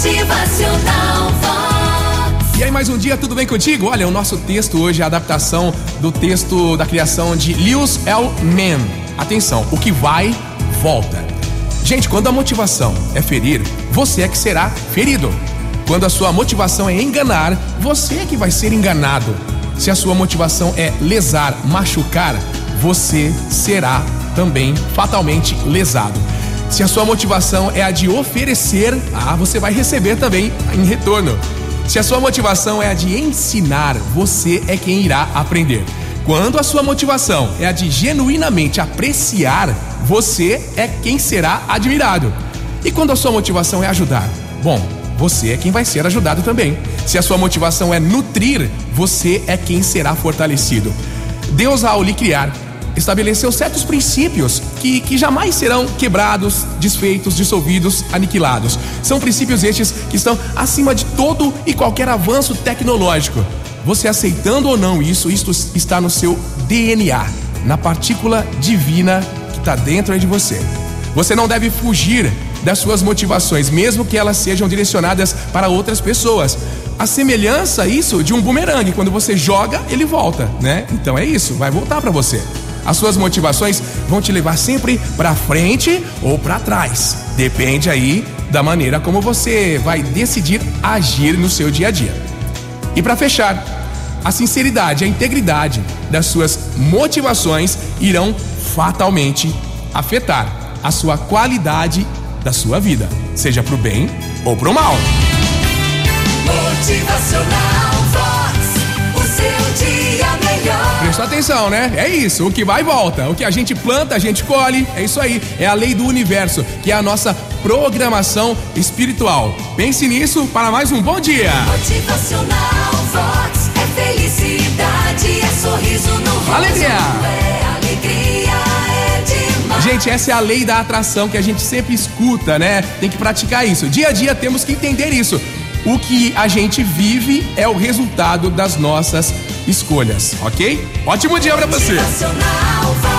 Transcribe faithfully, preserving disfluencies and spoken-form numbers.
Motivacional Vox. E aí, mais um dia, tudo bem contigo? Olha, o nosso texto hoje é a adaptação do texto da criação de Lewis L. Mann. Atenção, o que vai, volta. Gente, quando a motivação é ferir, você é que será ferido. Quando a sua motivação é enganar, você é que vai ser enganado. Se a sua motivação é lesar, machucar, você será também fatalmente lesado. Se a sua motivação é a de oferecer, ah, você vai receber também em retorno. Se a sua motivação é a de ensinar, você é quem irá aprender. Quando a sua motivação é a de genuinamente apreciar, você é quem será admirado. E quando a sua motivação é ajudar, bom, você é quem vai ser ajudado também. Se a sua motivação é nutrir, você é quem será fortalecido. Deus, ao lhe criar, estabeleceu certos princípios que, que jamais serão quebrados, desfeitos, dissolvidos, aniquilados. São princípios estes que estão acima de todo e qualquer avanço tecnológico. Você aceitando ou não isso, isto está no seu D N A, na partícula divina que está dentro de você. Você não deve fugir das suas motivações, mesmo que elas sejam direcionadas para outras pessoas. A semelhança, isso, de um bumerangue, quando você joga, ele volta, né? Então é isso, vai voltar para você. As suas motivações vão te levar sempre para frente ou para trás. Depende aí da maneira como você vai decidir agir no seu dia a dia. E para fechar, a sinceridade, a integridade das suas motivações irão fatalmente afetar a sua qualidade da sua vida, seja pro bem ou pro mal. Motivacional Vox, o seu dia melhor. Presta atenção, né? É isso, o que vai e volta. O que a gente planta, a gente colhe. É isso aí, é a lei do universo, que é a nossa programação espiritual. Pense nisso para mais um bom dia. Motivacional Vox, é felicidade, é sorriso no rosto. Alegria. É alegria, é demais. Gente, essa é a lei da atração que a gente sempre escuta, né? Tem que praticar isso. Dia a dia temos que entender isso. O que a gente vive é o resultado das nossas escolhas, ok? Ótimo dia pra você! Motivacional Vox.